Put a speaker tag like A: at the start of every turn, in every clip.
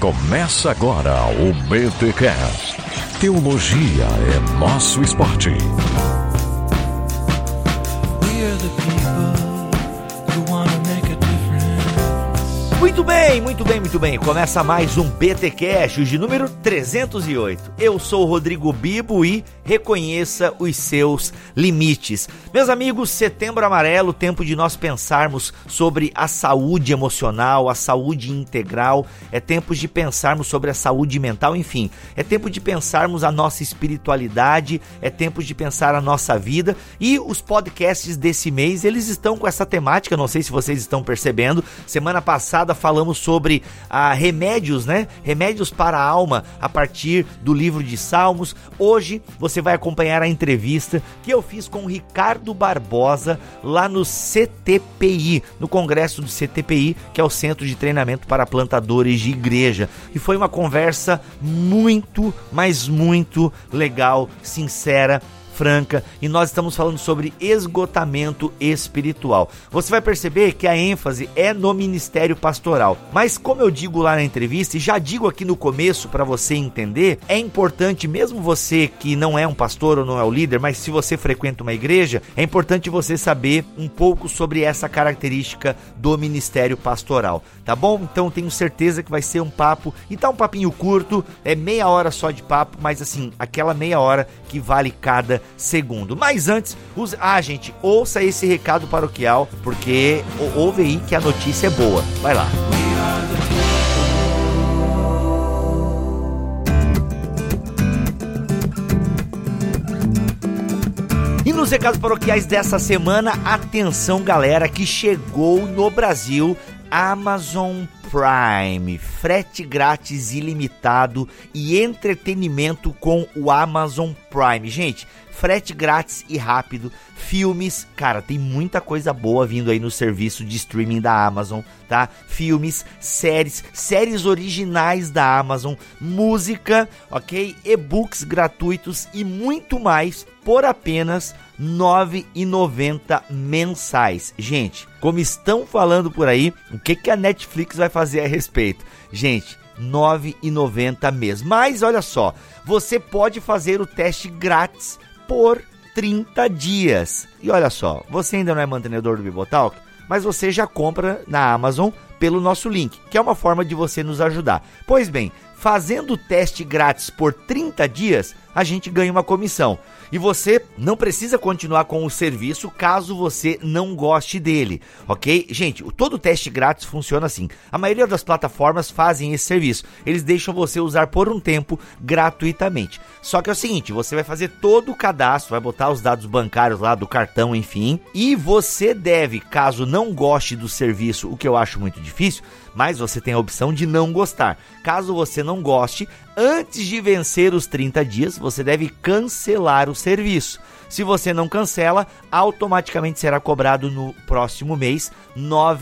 A: Começa agora o BTCast. Teologia é nosso esporte.
B: Muito bem. Começa mais um BTcast, de número 308. Eu sou o Rodrigo Bibo e reconheça os seus limites. Meus amigos, Setembro Amarelo, tempo de nós pensarmos sobre a saúde emocional, a saúde integral, é tempo de pensarmos sobre a saúde mental, enfim, é tempo de pensarmos a nossa espiritualidade, é tempo de pensar a nossa vida, e os podcasts desse mês, eles estão com essa temática, não sei se vocês estão percebendo. Semana passada falamos sobre remédios, né? Remédios para a alma a partir do livro de Salmos. Hoje você vai acompanhar a entrevista que eu fiz com o Ricardo Barbosa lá no CTPI, no congresso do CTPI, que é o Centro de Treinamento para Plantadores de Igreja. E foi uma conversa muito, mas muito legal, sincera, franca, e nós estamos falando sobre esgotamento espiritual. Você vai perceber que a ênfase é no ministério pastoral, mas como eu digo lá na entrevista, e já digo aqui no começo para você entender, é importante, mesmo você que não é um pastor ou não é o líder, mas se você frequenta uma igreja, é importante você saber um pouco sobre essa característica do ministério pastoral, tá bom? Então tenho certeza que vai ser um papo, e tá um papinho curto, é meia hora só de papo, mas assim, aquela meia hora que vale cada segundo. Mas antes, gente, ouça esse recado paroquial, porque ouve aí que a notícia é boa. Vai lá. E nos recados paroquiais dessa semana, atenção galera, que chegou no Brasil Amazon Prime, frete grátis ilimitado e entretenimento com o Amazon Prime. Gente, frete grátis e rápido, filmes, cara, tem muita coisa boa vindo aí no serviço de streaming da Amazon, tá? Filmes, séries originais da Amazon, música, ok? E-books gratuitos e muito mais por apenas R$ 9,90 mensais. Gente, como estão falando por aí, o que a Netflix vai fazer a respeito? Gente, R$ 9,90 mês. Mas olha só, você pode fazer o teste grátis por 30 dias. E olha só, você ainda não é mantenedor do Bibotalk, mas você já compra na Amazon pelo nosso link, que é uma forma de você nos ajudar. Pois bem, fazendo o teste grátis por 30 dias, a gente ganha uma comissão. E você não precisa continuar com o serviço caso você não goste dele, ok? Gente, todo teste grátis funciona assim. A maioria das plataformas fazem esse serviço. Eles deixam você usar por um tempo gratuitamente. Só que é o seguinte, você vai fazer todo o cadastro, vai botar os dados bancários lá do cartão, enfim. E você deve, caso não goste do serviço, o que eu acho muito difícil, mas você tem a opção de não gostar. Caso você não goste, antes de vencer os 30 dias, você deve cancelar o serviço. Se você não cancela, automaticamente será cobrado no próximo mês R$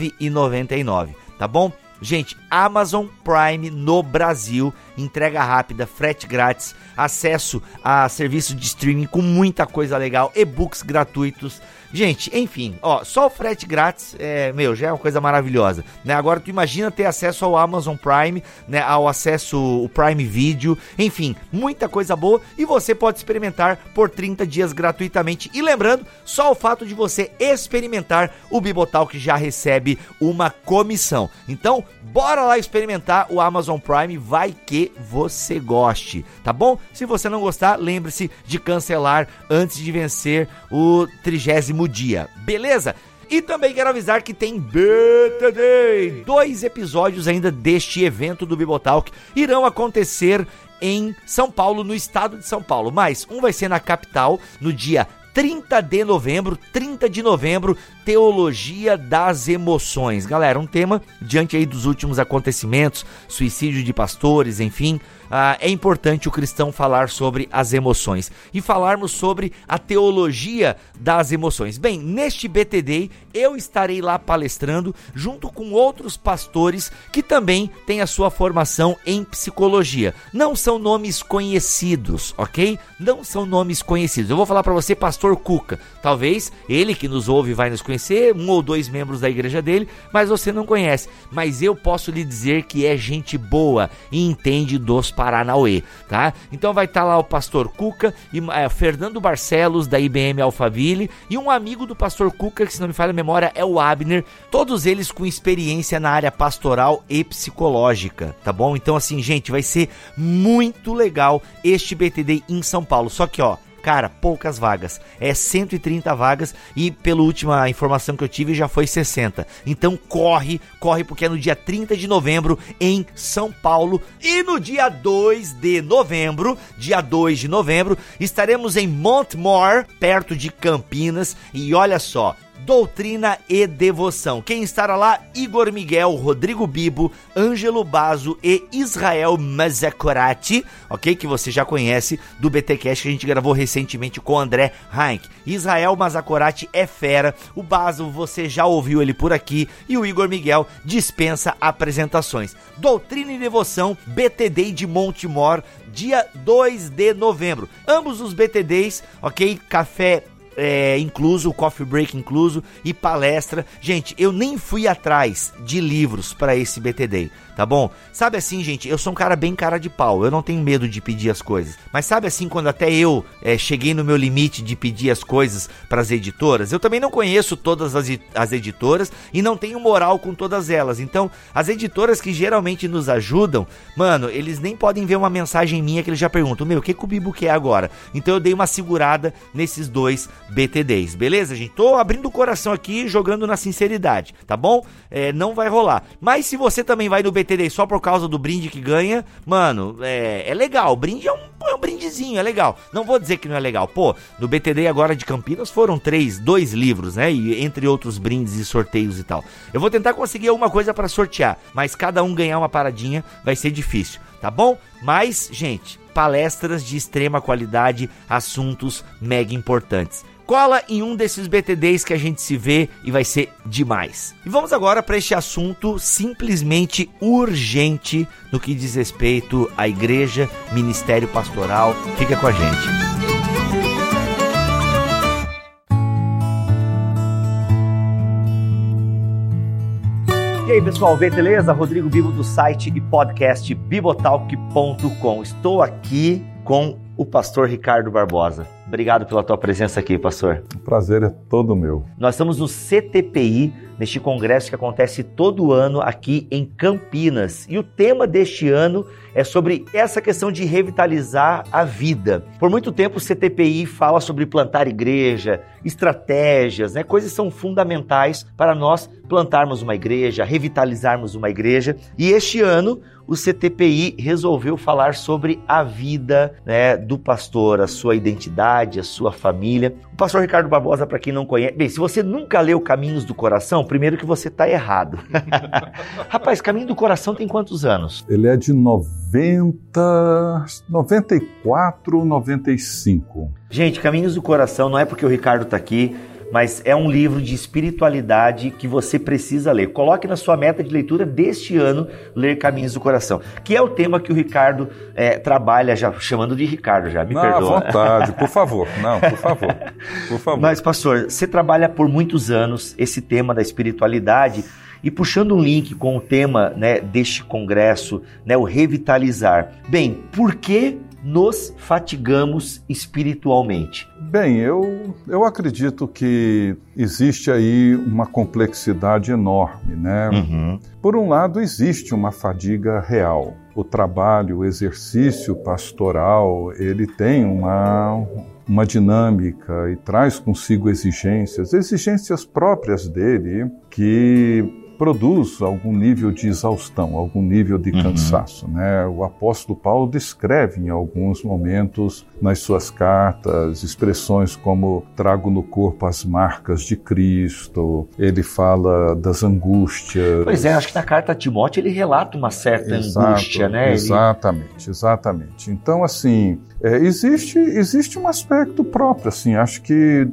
B: 9,99, tá bom? Gente, Amazon Prime no Brasil, entrega rápida, frete grátis, acesso a serviço de streaming com muita coisa legal, e-books gratuitos. Gente, enfim, só o frete grátis, já é uma coisa maravilhosa, né? Agora tu imagina ter acesso ao Amazon Prime, né? Ao acesso ao Prime Video, enfim, muita coisa boa, e você pode experimentar por 30 dias gratuitamente. E lembrando, só o fato de você experimentar, o Bibotalk já recebe uma comissão. Então, bora lá experimentar o Amazon Prime, vai que você goste, tá bom? Se você não gostar, lembre-se de cancelar antes de vencer o 30º dia, beleza? E também quero avisar que tem BTD, 2 episódios ainda deste evento do Bibotalk irão acontecer em São Paulo, no estado de São Paulo, mas um vai ser na capital no dia 30 de novembro, Teologia das Emoções. Galera, um tema diante aí dos últimos acontecimentos, suicídio de pastores, enfim, é importante o cristão falar sobre as emoções e falarmos sobre a teologia das emoções. Bem, neste BTD eu estarei lá palestrando junto com outros pastores que também têm a sua formação em psicologia. Não são nomes conhecidos, ok? Não são nomes conhecidos. Eu vou falar para você, pastor Cuca. Talvez ele que nos ouve vai nos conhecer, 1 ou 2 membros da igreja dele, mas você não conhece. Mas eu posso lhe dizer que é gente boa e entende dos Paranauê, tá? Então vai estar lá o pastor Cuca e Fernando Barcelos da IBM Alphaville e um amigo do pastor Cuca, que se não me falha a memória é o Abner, todos eles com experiência na área pastoral e psicológica, tá bom? Então assim, gente, vai ser muito legal este BTD em São Paulo, só que cara, poucas vagas, 130 vagas e pela última informação que eu tive já foi 60, então corre porque é no dia 30 de novembro em São Paulo e no dia 2 de novembro, estaremos em Montemor, perto de Campinas e olha só, Doutrina e Devoção. Quem estará lá? Igor Miguel, Rodrigo Bibo, Ângelo Basso e Israel Mazzacorati, ok? Que você já conhece do BTcast que a gente gravou recentemente com o André Heinck. Israel Mazzacorati é fera, o Basso você já ouviu ele por aqui e o Igor Miguel dispensa apresentações. Doutrina e Devoção, BTD de Montemor, dia 2 de novembro. Ambos os BTDs, ok? Café incluso, o coffee break incluso e palestra. Gente, eu nem fui atrás de livros para esse BTD, tá bom? Sabe assim, gente, eu sou um cara bem cara de pau, eu não tenho medo de pedir as coisas, mas sabe assim, quando até eu cheguei no meu limite de pedir as coisas para as editoras, eu também não conheço todas as editoras e não tenho moral com todas elas, então as editoras que geralmente nos ajudam, mano, eles nem podem ver uma mensagem minha que eles já perguntam, o que o Bibo quer agora? Então eu dei uma segurada nesses 2 BTDs, beleza, gente? Tô abrindo o coração aqui, jogando na sinceridade, tá bom? Não vai rolar. Mas se você também vai no BTD só por causa do brinde que ganha, mano, é legal. O brinde é um brindezinho, é legal. Não vou dizer que não é legal. Pô, no BTD agora de Campinas foram 2 livros, né? E entre outros brindes e sorteios e tal. Eu vou tentar conseguir alguma coisa pra sortear, mas cada um ganhar uma paradinha vai ser difícil, tá bom? Mas, gente, palestras de extrema qualidade, assuntos mega importantes. Cola em um desses BTDs que a gente se vê e vai ser demais. E vamos agora para este assunto simplesmente urgente no que diz respeito à igreja, ministério pastoral. Fica com a gente. E aí pessoal, beleza? Rodrigo Bibo do site e podcast bibotalk.com. Estou aqui com o pastor Ricardo Barbosa. Obrigado pela tua presença aqui, pastor.
C: O prazer é todo meu.
B: Nós estamos no CTPI, neste congresso que acontece todo ano aqui em Campinas. E o tema deste ano é sobre essa questão de revitalizar a vida. Por muito tempo o CTPI fala sobre plantar igreja, estratégias, né? Coisas que são fundamentais para nós plantarmos uma igreja, revitalizarmos uma igreja. E este ano o CTPI resolveu falar sobre a vida, né, do pastor, a sua identidade, a sua família. O pastor Ricardo Barbosa, para quem não conhece... Bem, se você nunca leu Caminhos do Coração, primeiro que você está errado. Rapaz, Caminho do Coração tem quantos anos?
C: Ele é de 94, 95.
B: Gente, Caminhos do Coração não é porque o Ricardo está aqui, mas é um livro de espiritualidade que você precisa ler. Coloque na sua meta de leitura deste ano, ler Caminhos do Coração, que é o tema que o Ricardo trabalha, já chamando de Ricardo, já, me perdoa.
C: À vontade, por favor. Não, por favor. Por favor.
B: Mas, pastor, você trabalha por muitos anos esse tema da espiritualidade e puxando um link com o tema, né, deste congresso, né, o revitalizar. Bem, por que nos fatigamos espiritualmente?
C: Bem, eu acredito que existe aí uma complexidade enorme, né?
B: Uhum.
C: Por um lado, existe uma fadiga real. O trabalho, o exercício pastoral, ele tem uma dinâmica e traz consigo exigências próprias dele que produz algum nível de exaustão, algum nível de cansaço, né? O apóstolo Paulo descreve em alguns momentos nas suas cartas expressões como trago no corpo as marcas de Cristo, ele fala das angústias.
B: Pois é, acho que na carta a Timóteo ele relata uma certa angústia, né?
C: Exatamente. Então, assim, existe um aspecto próprio, assim, acho que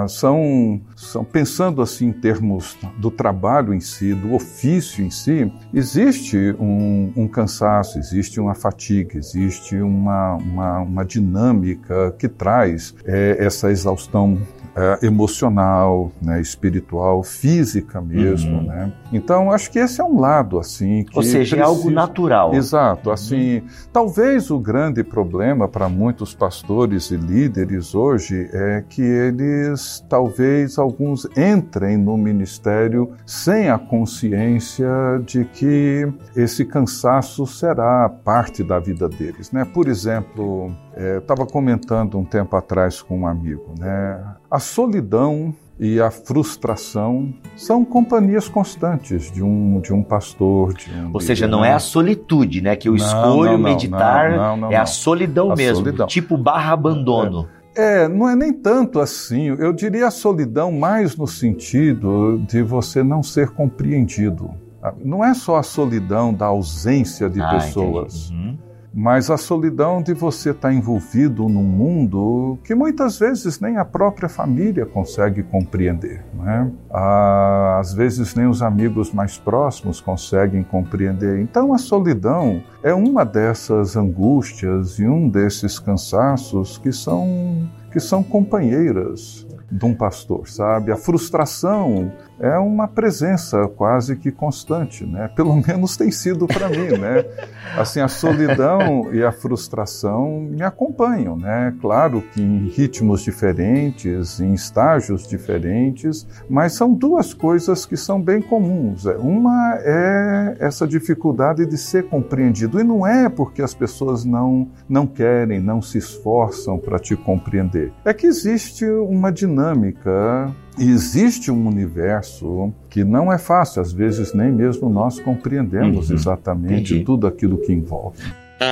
C: são pensando assim em termos do trabalho em si, do ofício em si, existe um cansaço, existe uma fatiga, existe uma dinâmica que traz essa exaustão emocional, né, espiritual, física mesmo, né? Então, acho que esse é um lado, assim, que
B: ou seja, é algo natural.
C: Exato, assim, talvez o grande problema para muitos pastores e líderes hoje é que eles, talvez alguns entrem no ministério sem a consciência de que esse cansaço será parte da vida deles, né? Por exemplo, eu estava comentando um tempo atrás com um amigo, né? A solidão e a frustração são companhias constantes de um pastor,
B: ou seja, não é a solitude, né, que eu escolho meditar, é a solidão mesmo, tipo /abandono.
C: Não é nem tanto assim, eu diria a solidão mais no sentido de você não ser compreendido. Não é só a solidão da ausência de pessoas, mas a solidão de você estar envolvido num mundo que muitas vezes nem a própria família consegue compreender, não é? Às vezes nem os amigos mais próximos conseguem compreender. Então a solidão é uma dessas angústias e um desses cansaços que são companheiras de um pastor, sabe? A frustração é uma presença quase que constante, né? Pelo menos tem sido para mim, né? Assim, a solidão e a frustração me acompanham, né? Claro que em ritmos diferentes, em estágios diferentes, mas são duas coisas que são bem comuns. Uma é essa dificuldade de ser compreendido, e não é porque as pessoas não querem, não se esforçam para te compreender. É que existe uma dinâmica, existe um universo que não é fácil, às vezes nem mesmo nós compreendemos exatamente tudo aquilo que envolve.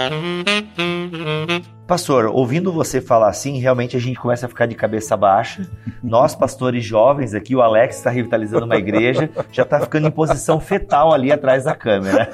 B: Pastor, ouvindo você falar assim, realmente a gente começa a ficar de cabeça baixa. Nós, pastores jovens aqui, o Alex está revitalizando uma igreja, já está ficando em posição fetal ali atrás da câmera.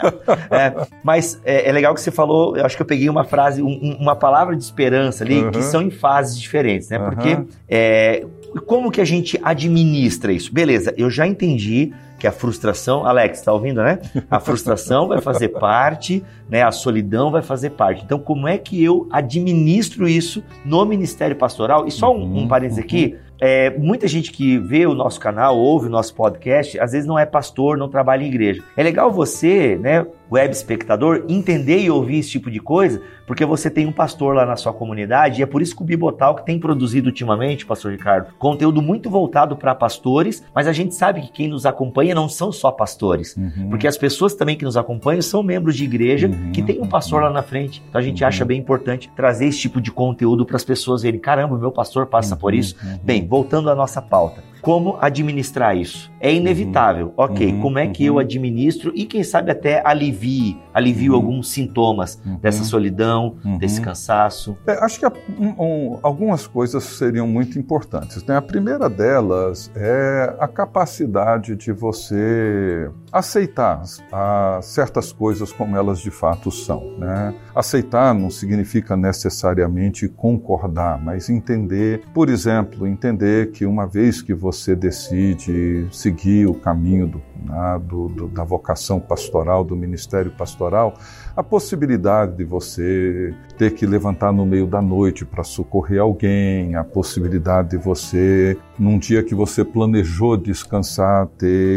B: Mas é legal que você falou, eu acho que eu peguei uma frase, uma palavra de esperança ali, que são em fases diferentes, né? Porque como que a gente administra isso? Beleza, eu já entendi que a frustração, Alex, tá ouvindo, né? A frustração vai fazer parte, né? A solidão vai fazer parte. Então, como é que eu administro isso no ministério pastoral? E só um parênteses aqui, muita gente que vê o nosso canal, ouve o nosso podcast, às vezes não é pastor, não trabalha em igreja. É legal você, né, web espectador, entender e ouvir esse tipo de coisa, porque você tem um pastor lá na sua comunidade, e é por isso que o Bibotalk tem produzido ultimamente, pastor Ricardo, conteúdo muito voltado para pastores, mas a gente sabe que quem nos acompanha não são só pastores, porque as pessoas também que nos acompanham são membros de igreja que tem um pastor lá na frente. Então a gente acha bem importante trazer esse tipo de conteúdo para as pessoas verem, caramba, o meu pastor passa por isso. Bem, voltando à nossa pauta, como administrar isso? É inevitável, como é que eu administro e quem sabe até alivio alguns sintomas dessa solidão, desse cansaço?
C: Acho que algumas coisas seriam muito importantes, né? A primeira delas é a capacidade de você aceitar certas coisas como elas de fato são, né? Aceitar não significa necessariamente concordar, mas entender, por exemplo, entender que uma vez que você decide seguir o caminho da vocação pastoral, do ministério pastoral, a possibilidade de você ter que levantar no meio da noite para socorrer alguém, a possibilidade de você, num dia que você planejou descansar,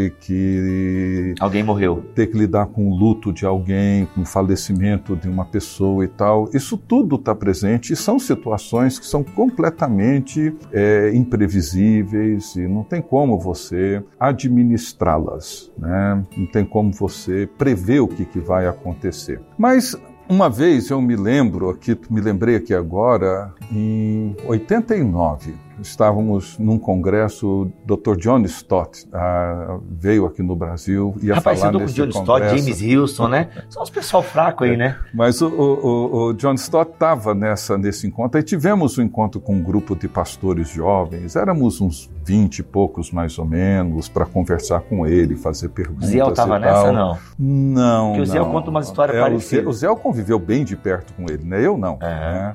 B: alguém morreu.
C: Ter que lidar com o luto de alguém, com o falecimento de uma pessoa e tal. Isso tudo está presente e são situações que são completamente imprevisíveis e não tem como você administrá-las, né? Não tem como você prever o que vai acontecer. Mas uma vez eu me lembrei aqui agora, em 89, estávamos num congresso, o Dr. John Stott veio aqui no Brasil, ia falar nesse
B: John
C: congresso.
B: Stott, James Wilson, né? São os pessoal fraco aí, né?
C: Mas o John Stott estava nesse encontro, e tivemos um encontro com um grupo de pastores jovens, éramos uns 20 e poucos mais ou menos, para conversar com ele, fazer perguntas.
B: O Zé estava nessa, não?
C: Não.
B: Porque o Zé conta umas histórias parecidas.
C: O Zé conviveu bem de perto com ele, né? Eu não. Né?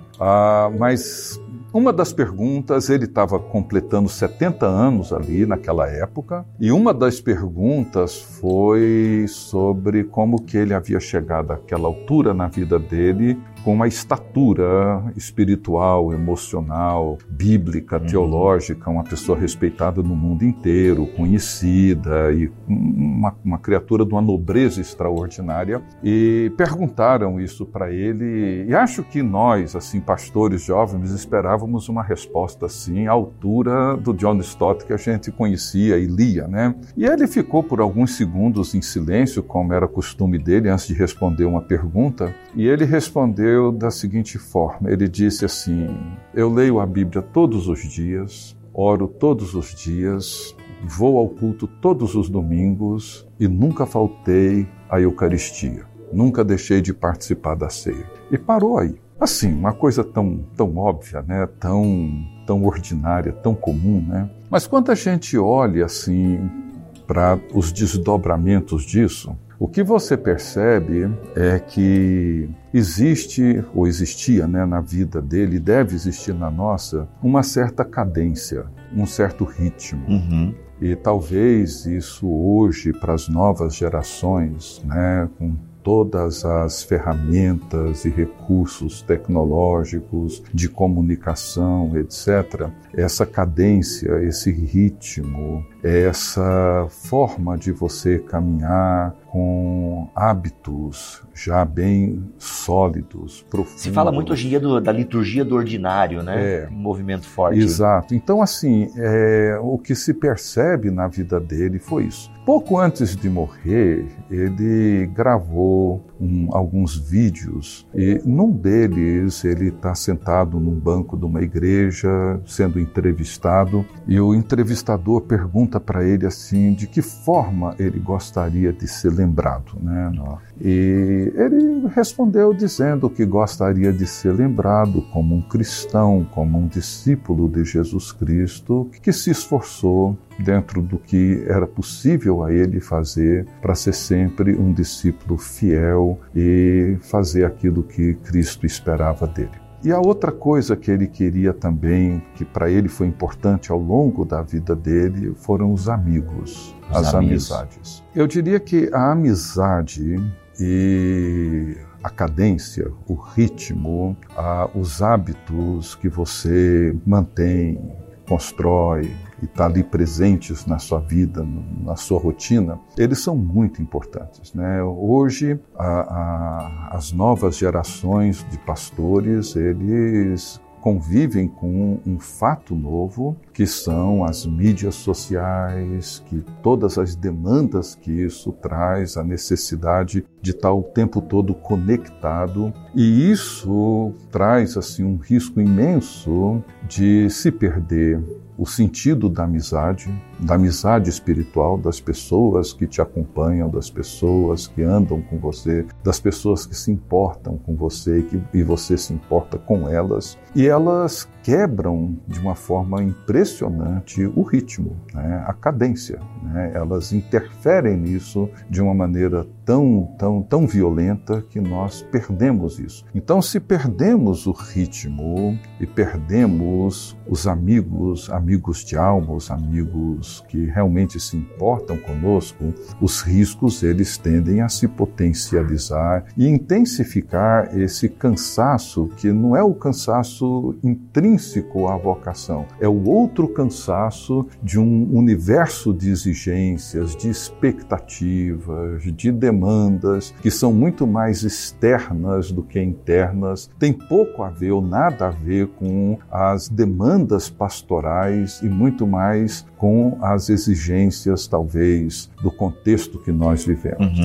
C: Mas uma das perguntas, ele estava completando 70 anos ali naquela época, e uma das perguntas foi sobre como que ele havia chegado àquela altura na vida dele, com uma estatura espiritual, emocional, bíblica, teológica, uma pessoa respeitada no mundo inteiro, conhecida e uma criatura de uma nobreza extraordinária. E perguntaram isso para ele, e acho que nós, assim, pastores jovens, esperávamos uma resposta assim, à altura do John Stott que a gente conhecia e lia, né? E ele ficou por alguns segundos em silêncio, como era costume dele, antes de responder uma pergunta, e ele respondeu da seguinte forma, ele disse assim: eu leio a Bíblia todos os dias, oro todos os dias, vou ao culto todos os domingos e nunca faltei à Eucaristia, nunca deixei de participar da ceia. E parou aí. Assim, uma coisa tão óbvia, né? Tão ordinária, tão comum, né? Mas quando a gente olha assim para os desdobramentos disso, o que você percebe é que existe, ou existia, né, na vida dele, deve existir na nossa, uma certa cadência, um certo ritmo. E talvez isso hoje, para as novas gerações, né, com todas as ferramentas e recursos tecnológicos de comunicação, etc., essa cadência, esse ritmo, essa forma de você caminhar com hábitos já bem sólidos, profundos.
B: Se fala muito hoje em dia da liturgia do ordinário, né? Um movimento forte.
C: Exato. Então, assim, o que se percebe na vida dele foi isso. Pouco antes de morrer, ele gravou alguns vídeos, e num deles ele está sentado num banco de uma igreja, sendo entrevistado, e o entrevistador pergunta para ele assim, de que forma ele gostaria de ser lembrado, né? E ele respondeu dizendo que gostaria de ser lembrado como um cristão, como um discípulo de Jesus Cristo, que se esforçou dentro do que era possível a ele fazer para ser sempre um discípulo fiel e fazer aquilo que Cristo esperava dele. E a outra coisa que ele queria também, que para ele foi importante ao longo da vida dele, foram os amigos, as amizades. Eu diria que a amizade e a cadência, o ritmo, os hábitos que você mantém, constrói e está ali presentes na sua vida, na sua rotina, eles são muito importantes, né? Hoje, as novas gerações de pastores, eles convivem com um fato novo, que são as mídias sociais, que todas as demandas que isso traz, a necessidade de estar o tempo todo conectado, e isso traz assim um risco imenso de se perder o sentido da amizade espiritual, das pessoas que te acompanham, das pessoas que andam com você, das pessoas que se importam com você e você se importa com elas. E elas quebram de uma forma impressionante o ritmo, né? A cadência, né? Elas interferem nisso de uma maneira tão violenta que nós perdemos isso. Então, se perdemos o ritmo e perdemos os amigos de alma, os amigos que realmente se importam conosco, os riscos eles tendem a se potencializar e intensificar esse cansaço, que não é o cansaço intrínseco à vocação, é o outro cansaço de um universo de exigências, de expectativas, de demandas que são muito mais externas do que internas, tem pouco a ver ou nada a ver com as demandas pastorais e muito mais com as exigências, talvez, do contexto que nós vivemos. Né?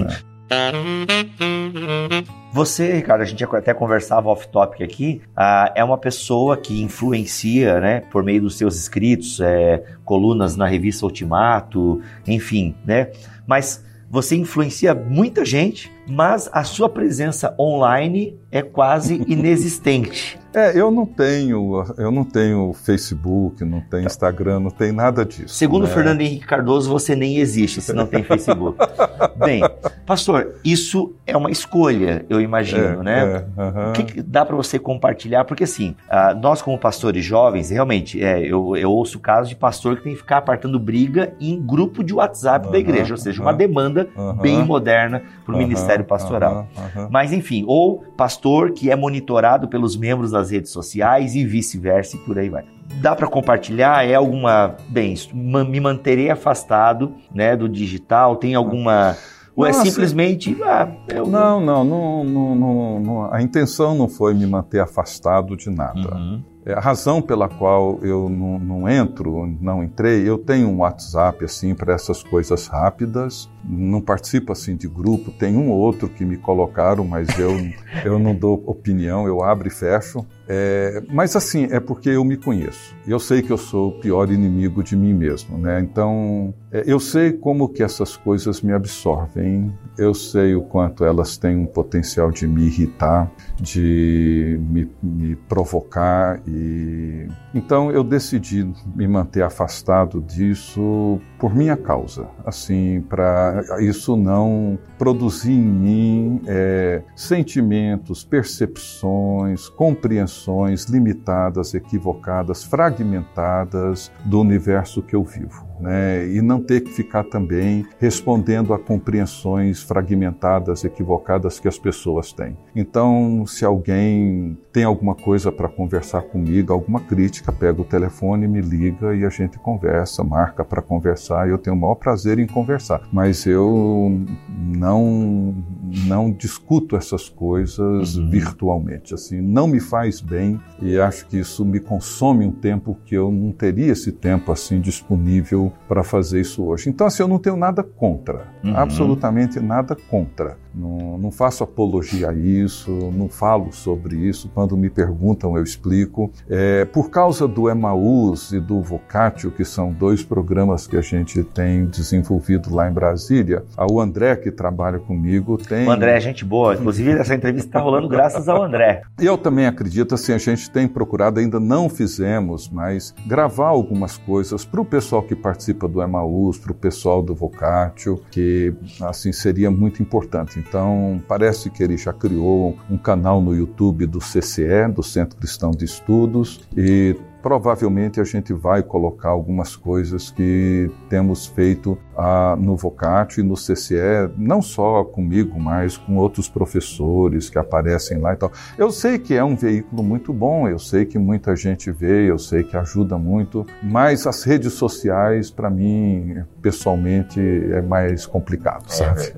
B: Você, Ricardo, a gente até conversava off-topic aqui, é uma pessoa que influencia, né, por meio dos seus escritos, colunas na revista Ultimato, enfim, né? Mas você influencia muita gente, mas a sua presença online é quase inexistente.
C: Eu não tenho Facebook, não tenho Instagram, não tenho nada disso.
B: Segundo Fernando Henrique Cardoso, você nem existe se não tem Facebook. Bem, pastor, isso é uma escolha, eu imagino, né? O que dá para você compartilhar? Porque assim, nós como pastores jovens, realmente, eu ouço casos de pastor que tem que ficar apartando briga em grupo de WhatsApp da igreja, ou seja, uma demanda bem moderna para o ministério pastoral. Mas enfim, ou pastor que é monitorado pelos membros das redes sociais e vice-versa e por aí vai. Dá para compartilhar? É alguma... Bem, me manterei afastado, né, do digital? Tem alguma... Ou é simplesmente...
C: Não. A intenção não foi me manter afastado de nada. A razão pela qual eu não entrei, eu tenho um WhatsApp assim para essas coisas rápidas, não participo assim de grupo, tem um ou outro que me colocaram, mas eu não dou opinião, eu abro e fecho. Mas assim, é porque eu me conheço. Eu sei que eu sou o pior inimigo de mim mesmo, né? Então, eu sei como que essas coisas me absorvem, eu sei o quanto elas têm um potencial de me irritar, de me provocar. Então, eu decidi me manter afastado disso por minha causa, assim, para isso não produzir em mim sentimentos, percepções, compreensões limitadas, equivocadas, fragmentadas do universo que eu vivo, né? E não ter que ficar também respondendo a compreensões fragmentadas, equivocadas que as pessoas têm. Então, se alguém tem alguma coisa para conversar comigo, alguma crítica, pega o telefone, me liga e a gente conversa, marca para conversar, e eu tenho o maior prazer em conversar. Mas eu não discuto essas coisas virtualmente, assim, não me faz bem e acho que isso me consome um tempo que eu não teria esse tempo assim disponível para fazer isso hoje. Então, assim, eu não tenho nada contra, absolutamente nada contra. Não faço apologia a isso, não falo sobre isso. Quando me perguntam, eu explico. Por causa do Emaús e do Vocatio, que são dois programas que a gente tem desenvolvido lá em Brasília, o André, que trabalha comigo, tem...
B: O André é gente boa. Inclusive, essa entrevista está rolando graças ao André.
C: Eu também acredito, assim, a gente tem procurado, ainda não fizemos, mas gravar algumas coisas para o pessoal que participa do Emaús, para o pessoal do Vocatio, que, assim, seria muito importante. Então, parece que ele já criou um canal no YouTube do CCE, do Centro Cristão de Estudos, e provavelmente a gente vai colocar algumas coisas que temos feito no Vocatio e no CCE, não só comigo, mas com outros professores que aparecem lá e tal. Eu sei que é um veículo muito bom, eu sei que muita gente vê, eu sei que ajuda muito, mas as redes sociais, para mim, pessoalmente, é mais complicado, sabe?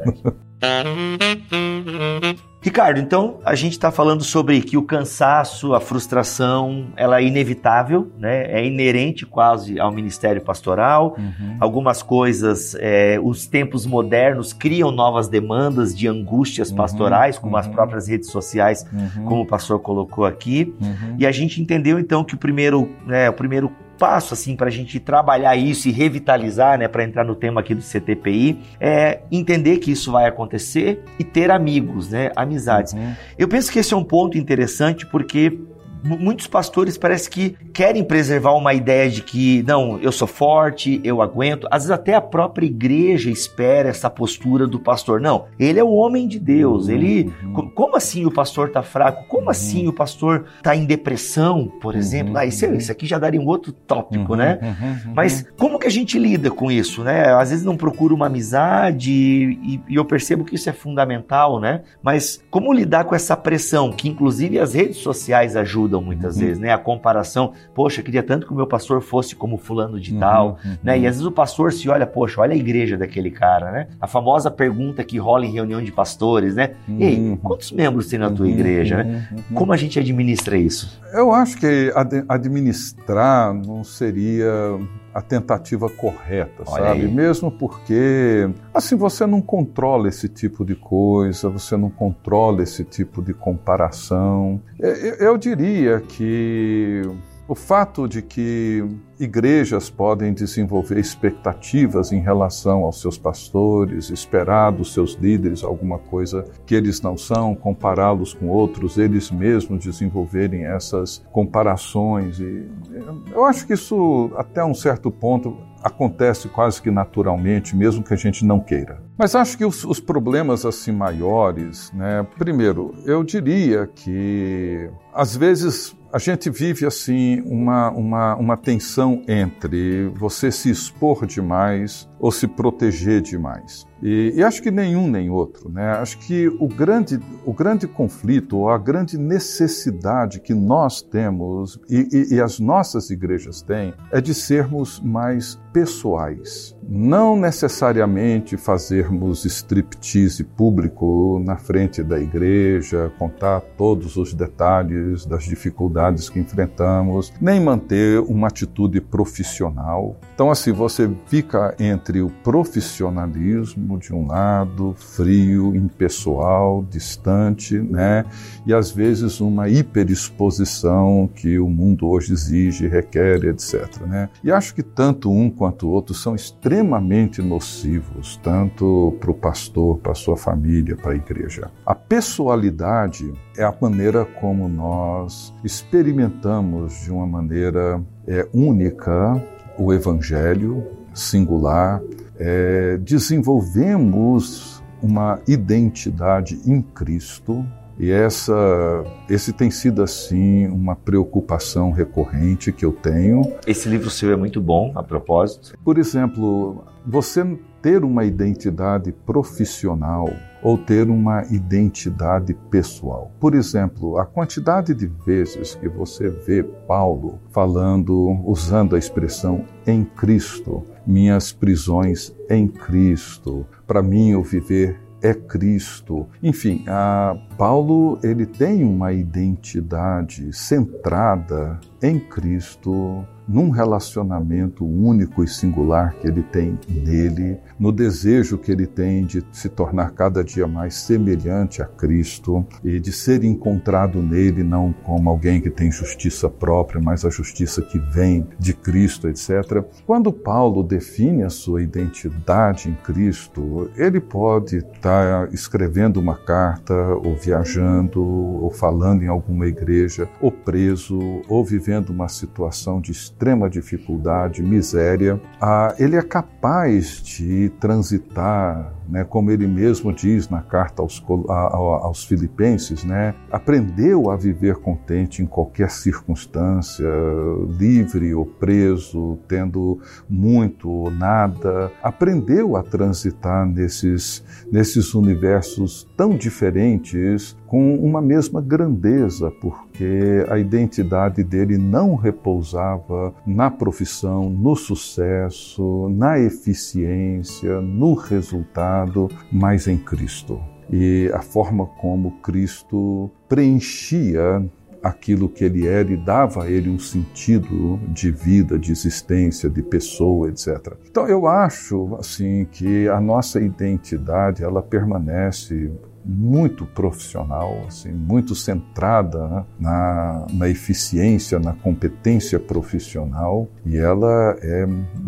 B: Ricardo, então a gente está falando sobre que o cansaço, a frustração, ela é inevitável, né? É inerente quase ao ministério pastoral. Algumas coisas, os tempos modernos criam novas demandas de angústias pastorais, como as próprias redes sociais, como o pastor colocou aqui. E a gente entendeu então que o primeiro passo assim para a gente trabalhar isso e revitalizar, né, para entrar no tema aqui do CTPI, é entender que isso vai acontecer e ter amigos, né, amizades. Eu penso que esse é um ponto interessante porque muitos pastores parece que querem preservar uma ideia de que, não, eu sou forte, eu aguento. Às vezes até a própria igreja espera essa postura do pastor. Não, ele é o homem de Deus. Ele, como assim o pastor está fraco? Como assim o pastor está em depressão, por exemplo? Isso aqui já daria um outro tópico, né? Mas como que a gente lida com isso, né? Às vezes não procura uma amizade e eu percebo que isso é fundamental, né? Mas como lidar com essa pressão que inclusive as redes sociais ajudam muitas vezes, né? A comparação, poxa, eu queria tanto que o meu pastor fosse como fulano de tal, né? E às vezes o pastor se olha, poxa, olha a igreja daquele cara, né? A famosa pergunta que rola em reunião de pastores, né? Ei, quantos membros tem na tua igreja, né? Como a gente administra isso?
C: Eu acho que administrar não seria a tentativa correta, sabe? Mesmo porque, assim, você não controla esse tipo de coisa, você não controla esse tipo de comparação. Eu diria que o fato de que igrejas podem desenvolver expectativas em relação aos seus pastores, esperar dos seus líderes alguma coisa que eles não são, compará-los com outros, eles mesmos desenvolverem essas comparações. E eu acho que isso, até um certo ponto, acontece quase que naturalmente, mesmo que a gente não queira. Mas acho que os problemas assim maiores, né? Primeiro, eu diria que às vezes a gente vive assim uma tensão entre você se expor demais ou se proteger demais. E acho que nenhum nem outro, né? Acho que o grande conflito, ou a grande necessidade que nós temos e as nossas igrejas têm, é de sermos mais pessoais. Não necessariamente fazermos striptease público na frente da igreja, contar todos os detalhes das dificuldades que enfrentamos, nem manter uma atitude profissional. Então, assim, você fica entre o profissionalismo de um lado, frio, impessoal, distante, né? E às vezes uma hiperexposição que o mundo hoje exige, requer, etc., né? E acho que tanto um quanto o outro são extremamente nocivos, tanto para o pastor, para a sua família, para a igreja. A pessoalidade é a maneira como nós experimentamos de uma maneira única o Evangelho, singular, desenvolvemos uma identidade em Cristo, e esse tem sido, assim, uma preocupação recorrente que eu tenho.
B: Esse livro seu é muito bom, a propósito.
C: Por exemplo, você ter uma identidade profissional ou ter uma identidade pessoal. Por exemplo, a quantidade de vezes que você vê Paulo usando a expressão em Cristo, minhas prisões em Cristo, para mim o viver é Cristo. Enfim, Paulo, ele tem uma identidade centrada em Cristo, num relacionamento único e singular que ele tem nele, no desejo que ele tem de se tornar cada dia mais semelhante a Cristo e de ser encontrado nele não como alguém que tem justiça própria, mas a justiça que vem de Cristo, etc. Quando Paulo define a sua identidade em Cristo, ele pode estar escrevendo uma carta, ou viajando, ou falando em alguma igreja, ou preso, ou vivendo uma situação de extrema dificuldade, miséria. Ele é capaz de transitar, né, como ele mesmo diz na carta aos Filipenses, né, aprendeu a viver contente em qualquer circunstância, livre ou preso, tendo muito ou nada, aprendeu a transitar nesses universos tão diferentes com uma mesma grandeza, porque a identidade dele não repousava na profissão, no sucesso, na eficiência, no resultado, mas em Cristo. E a forma como Cristo preenchia aquilo que ele era e dava a ele um sentido de vida, de existência, de pessoa, etc. Então eu acho assim que a nossa identidade ela permanece muito profissional, assim, muito centrada, né, na eficiência, na competência profissional, e ela é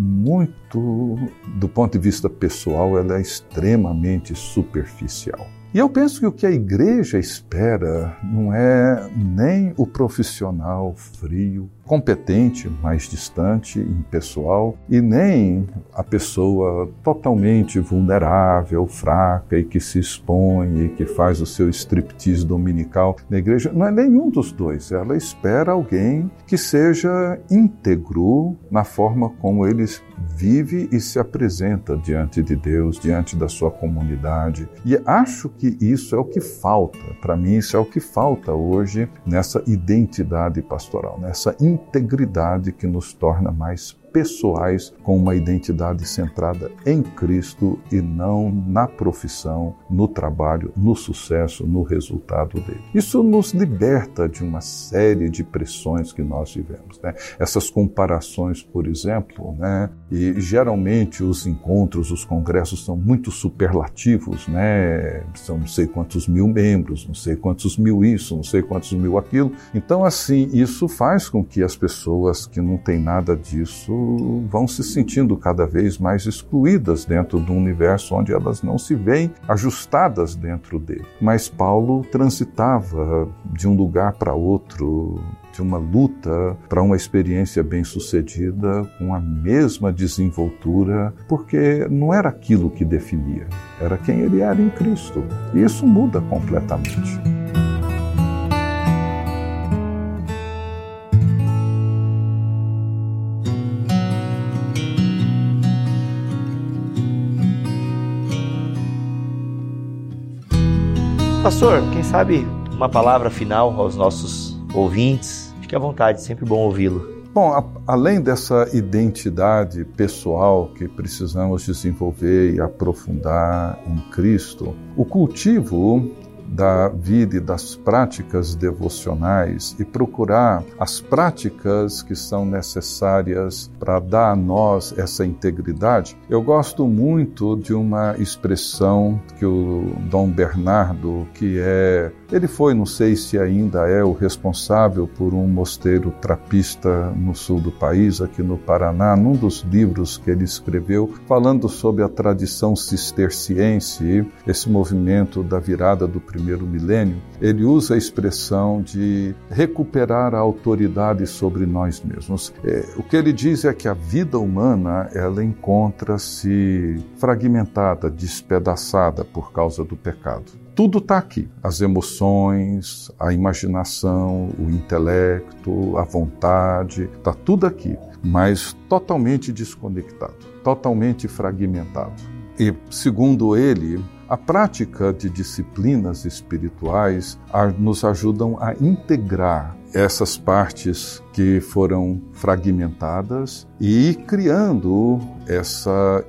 C: muito, do ponto de vista pessoal, ela é extremamente superficial. E eu penso que o que a igreja espera não é nem o profissional frio, competente, mas distante, impessoal, e nem a pessoa totalmente vulnerável, fraca e que se expõe e que faz o seu striptease dominical na igreja. Não é nenhum dos dois. Ela espera alguém que seja íntegro na forma como ele vive e se apresenta diante de Deus, diante da sua comunidade. E acho que isso é o que falta. Para mim, isso é o que falta hoje nessa identidade pastoral, nessa integridade que nos torna mais pessoais com uma identidade centrada em Cristo e não na profissão, no trabalho, no sucesso, no resultado dele. Isso nos liberta de uma série de pressões que nós vivemos, né? Essas comparações, por exemplo, né? E geralmente os encontros, os congressos são muito superlativos, né? São não sei quantos mil membros, não sei quantos mil isso, não sei quantos mil aquilo. Então, assim, isso faz com que as pessoas que não têm nada disso vão se sentindo cada vez mais excluídas dentro de um universo onde elas não se veem ajustadas dentro dele. Mas Paulo transitava de um lugar para outro, de uma luta para uma experiência bem-sucedida, com a mesma desenvoltura, porque não era aquilo que definia, era quem ele era em Cristo. E isso muda completamente.
B: Pastor, quem sabe uma palavra final aos nossos ouvintes? Fique à vontade, sempre bom ouvi-lo.
C: Bom, além dessa identidade pessoal que precisamos desenvolver e aprofundar em Cristo, o cultivo da vida e das práticas devocionais e procurar as práticas que são necessárias para dar a nós essa integridade. Eu gosto muito de uma expressão que o Dom Bernardo, ele foi, não sei se ainda é, o responsável por um mosteiro trapista no sul do país, aqui no Paraná, num dos livros que ele escreveu, falando sobre a tradição cisterciense, esse movimento da virada do primeiro milênio, ele usa a expressão de recuperar a autoridade sobre nós mesmos. O que ele diz é que a vida humana, ela encontra-se fragmentada, despedaçada por causa do pecado. Tudo está aqui, as emoções, a imaginação, o intelecto, a vontade, está tudo aqui, mas totalmente desconectado, totalmente fragmentado. E, segundo ele, a prática de disciplinas espirituais nos ajudam a integrar essas partes que foram fragmentadas e ir criando essa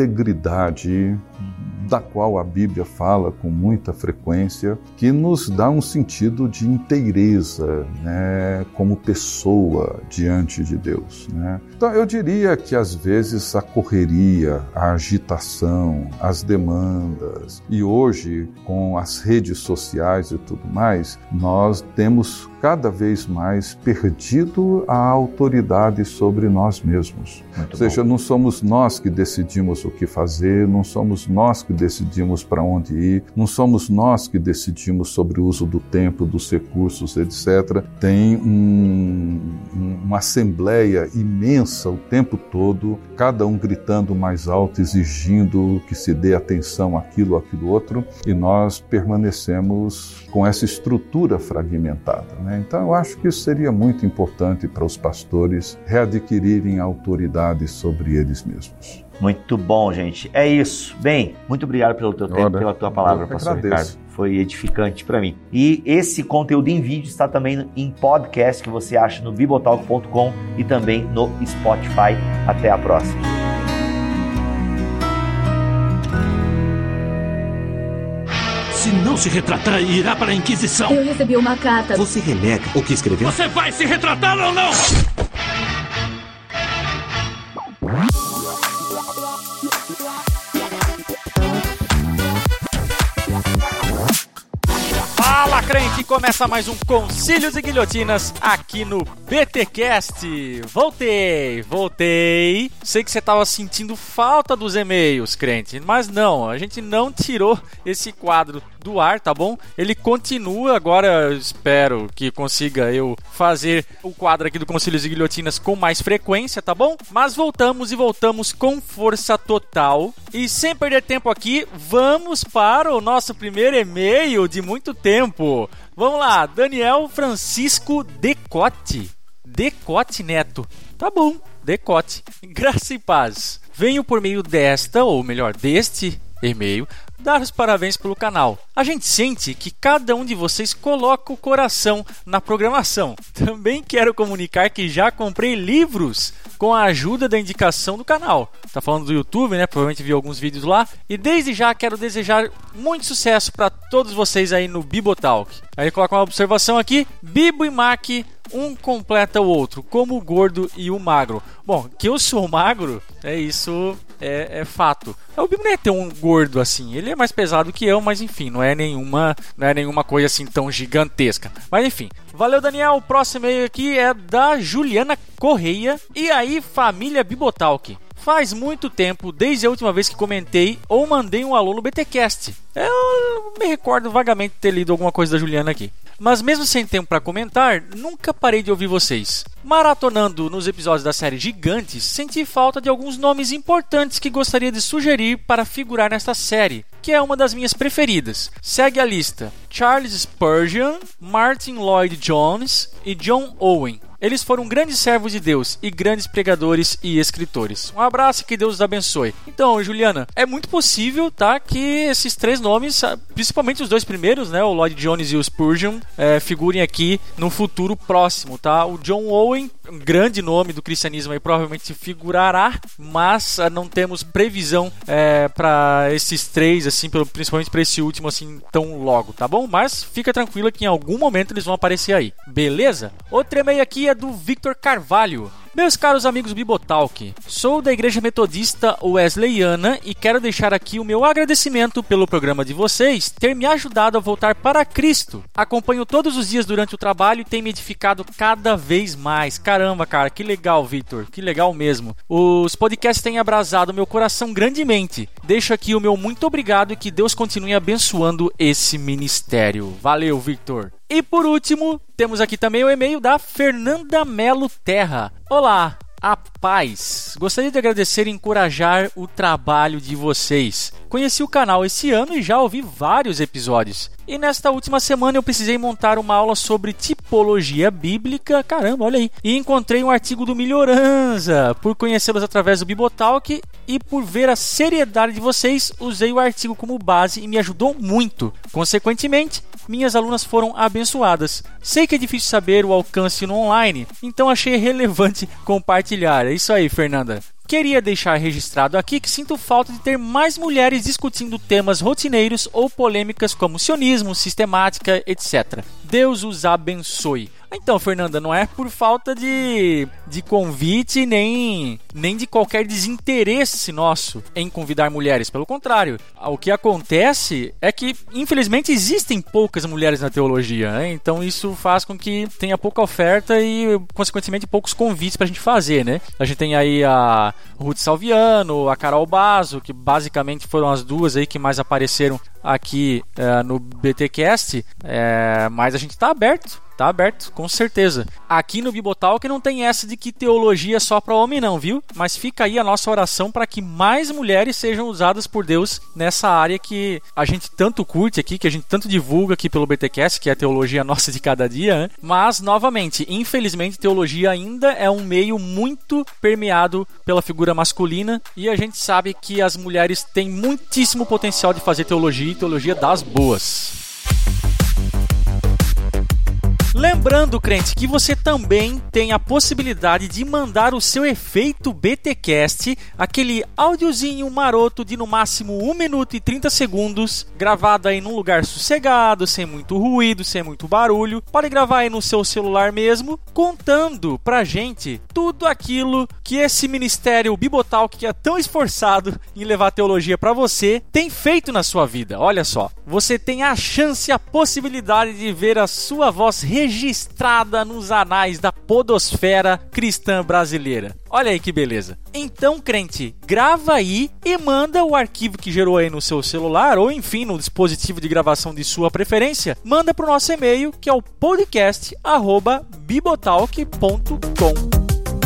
C: integridade da qual a Bíblia fala com muita frequência, que nos dá um sentido de inteireza, né, como pessoa diante de Deus, né? Então eu diria que às vezes a correria, a agitação, as demandas, e hoje com as redes sociais e tudo mais, nós temos cada vez mais perdido a autoridade sobre nós mesmos. Ou seja, não somos nós que decidimos o que fazer, não somos nós que decidimos para onde ir, não somos nós que decidimos sobre o uso do tempo, dos recursos, etc. Tem uma assembleia imensa o tempo todo, cada um gritando mais alto, exigindo que se dê atenção àquilo, àquilo outro, e nós permanecemos com essa estrutura fragmentada, né? Então eu acho que isso seria muito importante para os pastores readquirirem a autoridade sobre eles mesmos.
B: Muito bom, gente. É isso. Bem, muito obrigado pelo teu tempo, pela tua palavra, pastor Ricardo. Foi edificante para mim. E esse conteúdo em vídeo está também em podcast que você acha no bibotalk.com e também no Spotify. Até a próxima.
D: Se não se retratar, irá para a Inquisição.
E: Eu recebi uma carta.
D: Você renega o que escreveu? Você vai se retratar ou não?
F: Fala, crente! Começa mais um Concílios e Guilhotinas aqui no BTcast. Voltei. Sei que você estava sentindo falta dos e-mails, crente, mas não, a gente não tirou esse quadro do ar, tá bom? Ele continua, agora eu espero que consiga eu fazer o quadro aqui do Concílios e Guilhotinas com mais frequência, tá bom? Mas voltamos com força total. E sem perder tempo aqui, vamos para o nosso primeiro e-mail de muito tempo. Vamos lá, Daniel Francisco Decote. Decote Neto. Tá bom, Decote. Graça e paz. Venho por meio deste e-mail dar os parabéns pelo canal. A gente sente que cada um de vocês coloca o coração na programação. Também quero comunicar que já comprei livros com a ajuda da indicação do canal. Tá falando do YouTube, né? Provavelmente viu alguns vídeos lá. E desde já quero desejar muito sucesso para todos vocês aí no Bibotalk. Aí ele coloca uma observação aqui: Bibo e Mac, um completa o outro, como o gordo e o magro. Bom, que eu sou magro, isso é fato. O Bibo não é ter um gordo assim, ele é mais pesado que eu, mas enfim, não é nenhuma coisa assim tão gigantesca. Mas enfim, valeu, Daniel. O próximo e-mail aqui é da Juliana Correia. E aí, família Bibotalk? Faz muito tempo, desde a última vez que comentei ou mandei um alô no BTcast. Eu me recordo vagamente de ter lido alguma coisa da Juliana aqui. Mas mesmo sem tempo para comentar, nunca parei de ouvir vocês. Maratonando nos episódios da série Gigantes, senti falta de alguns nomes importantes que gostaria de sugerir para figurar nesta série, que é uma das minhas preferidas. Segue a lista: Charles Spurgeon, Martin Lloyd Jones e John Owen. Eles foram grandes servos de Deus e grandes pregadores e escritores. Um abraço e que Deus os abençoe. Então, Juliana, é muito possível, tá, que esses três nomes, principalmente os dois primeiros, né, o Lloyd Jones e o Spurgeon, figurem aqui no futuro próximo, tá? O John Owen, um grande nome do cristianismo aí, provavelmente figurará, mas não temos previsão para esses três, assim, principalmente para esse último, assim, tão logo, tá bom? Mas fica tranquila que em algum momento eles vão aparecer aí, beleza? Outro e-mail aqui é do Victor Carvalho. Meus caros amigos Bibotalk, sou da Igreja Metodista Wesleyana e quero deixar aqui o meu agradecimento pelo programa de vocês ter me ajudado a voltar para Cristo. Acompanho todos os dias durante o trabalho e tem me edificado cada vez mais. Caramba, cara, que legal, Victor, que legal mesmo. Os podcasts têm abrasado meu coração grandemente. Deixo aqui o meu muito obrigado e que Deus continue abençoando esse ministério. Valeu, Victor. E por último, temos aqui também o e-mail da Fernanda Melo Terra. Olá, a paz. Gostaria de agradecer e encorajar o trabalho de vocês. Conheci o canal esse ano e já ouvi vários episódios. E nesta última semana eu precisei montar uma aula sobre tipologia bíblica. Caramba, olha aí. E encontrei um artigo do Melhoranza. Por conhecê-los através do Bibotalk e por ver a seriedade de vocês, usei o artigo como base e me ajudou muito. Consequentemente, minhas alunas foram abençoadas. Sei que é difícil saber o alcance no online, então achei relevante compartilhar. É isso aí, Fernanda. Queria deixar registrado aqui que sinto falta de ter mais mulheres discutindo temas rotineiros ou polêmicas como sionismo, sistemática, etc. Deus os abençoe. Então, Fernanda, não é por falta de convite nem de qualquer desinteresse nosso em convidar mulheres. Pelo contrário, o que acontece é que, infelizmente, existem poucas mulheres na teologia, né? Então isso faz com que tenha pouca oferta e, consequentemente, poucos convites pra gente fazer, né? A gente tem aí a Ruth Salviano, a Carol Basso, que basicamente foram as duas aí que mais apareceram aqui no BTcast, mas a gente tá aberto. Tá aberto, com certeza. Aqui no Bibotalk não tem essa de que teologia é só para homem não, viu? Mas fica aí a nossa oração para que mais mulheres sejam usadas por Deus nessa área que a gente tanto curte aqui, que a gente tanto divulga aqui pelo BTcast, que é a teologia nossa de cada dia, né? Mas, novamente, infelizmente, teologia ainda é um meio muito permeado pela figura masculina e a gente sabe que as mulheres têm muitíssimo potencial de fazer teologia e teologia das boas. Lembrando, crente, que você também tem a possibilidade de mandar o seu efeito BTcast, aquele áudiozinho maroto de no máximo 1 minuto e 30 segundos, gravado aí num lugar sossegado, sem muito ruído, sem muito barulho. Pode gravar aí no seu celular mesmo, contando pra gente tudo aquilo que esse ministério Bibotalk, que é tão esforçado em levar teologia pra você, tem feito na sua vida. Olha só, você tem a chance, a possibilidade de ver a sua voz registrada nos anais da podosfera cristã brasileira. Olha aí que beleza. Então, crente, grava aí e manda o arquivo que gerou aí no seu celular ou, enfim, no dispositivo de gravação de sua preferência. Manda para o nosso e-mail, que é o podcast@bibotalk.com.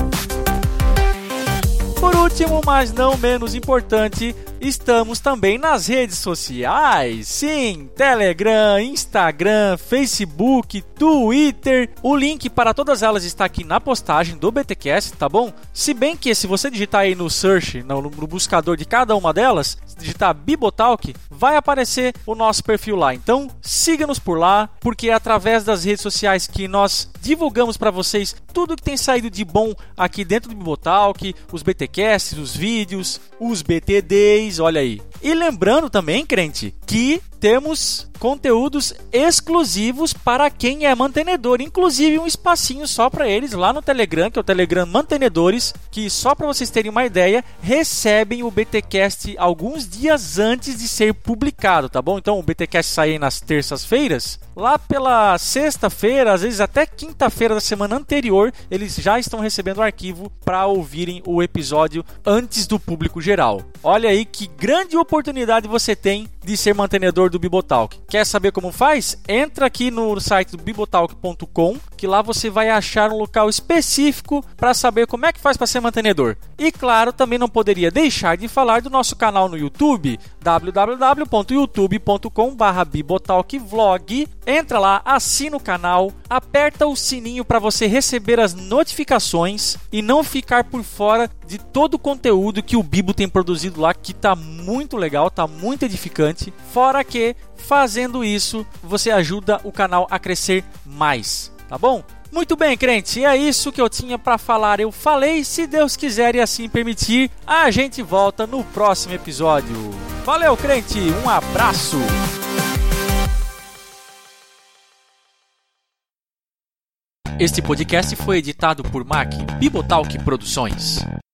F: Por último, mas não menos importante, estamos também nas redes sociais. Sim, Telegram, Instagram, Facebook, Twitter. O link para todas elas está aqui na postagem do BTcast, tá bom? Se bem que se você digitar aí no search, no buscador de cada uma delas, digitar Bibotalk, vai aparecer o nosso perfil lá. Então siga-nos por lá, porque é através das redes sociais que nós divulgamos para vocês tudo que tem saído de bom aqui dentro do Bibotalk, os BTcasts, os vídeos, os BTDs, olha aí. E lembrando também, crente, que temos conteúdos exclusivos para quem é mantenedor, inclusive um espacinho só para eles lá no Telegram, que é o Telegram Mantenedores, que só para vocês terem uma ideia, recebem o BTcast alguns dias antes de ser publicado, tá bom? Então o BTcast sai nas terças-feiras, lá pela sexta-feira, às vezes até quinta-feira da semana anterior, eles já estão recebendo o arquivo para ouvirem o episódio antes do público geral. Olha aí que grande oportunidade você tem de ser mantenedor do Bibotalk. Quer saber como faz? Entra aqui no site do bibotalk.com, que lá você vai achar um local específico para saber como é que faz para ser mantenedor. E claro, também não poderia deixar de falar do nosso canal no YouTube, www.youtube.com/bibotalkvlog. Entra lá, assina o canal, aperta o sininho para você receber as notificações e não ficar por fora de todo o conteúdo que o Bibo tem produzido lá, que tá muito legal, tá muito edificante. Fora que, fazendo isso, você ajuda o canal a crescer mais, tá bom? Muito bem, crente, é isso que eu tinha para falar. Eu falei, se Deus quiser e assim permitir, a gente volta no próximo episódio. Valeu, crente, um abraço! Este podcast foi editado por Mac Bibotalk Produções.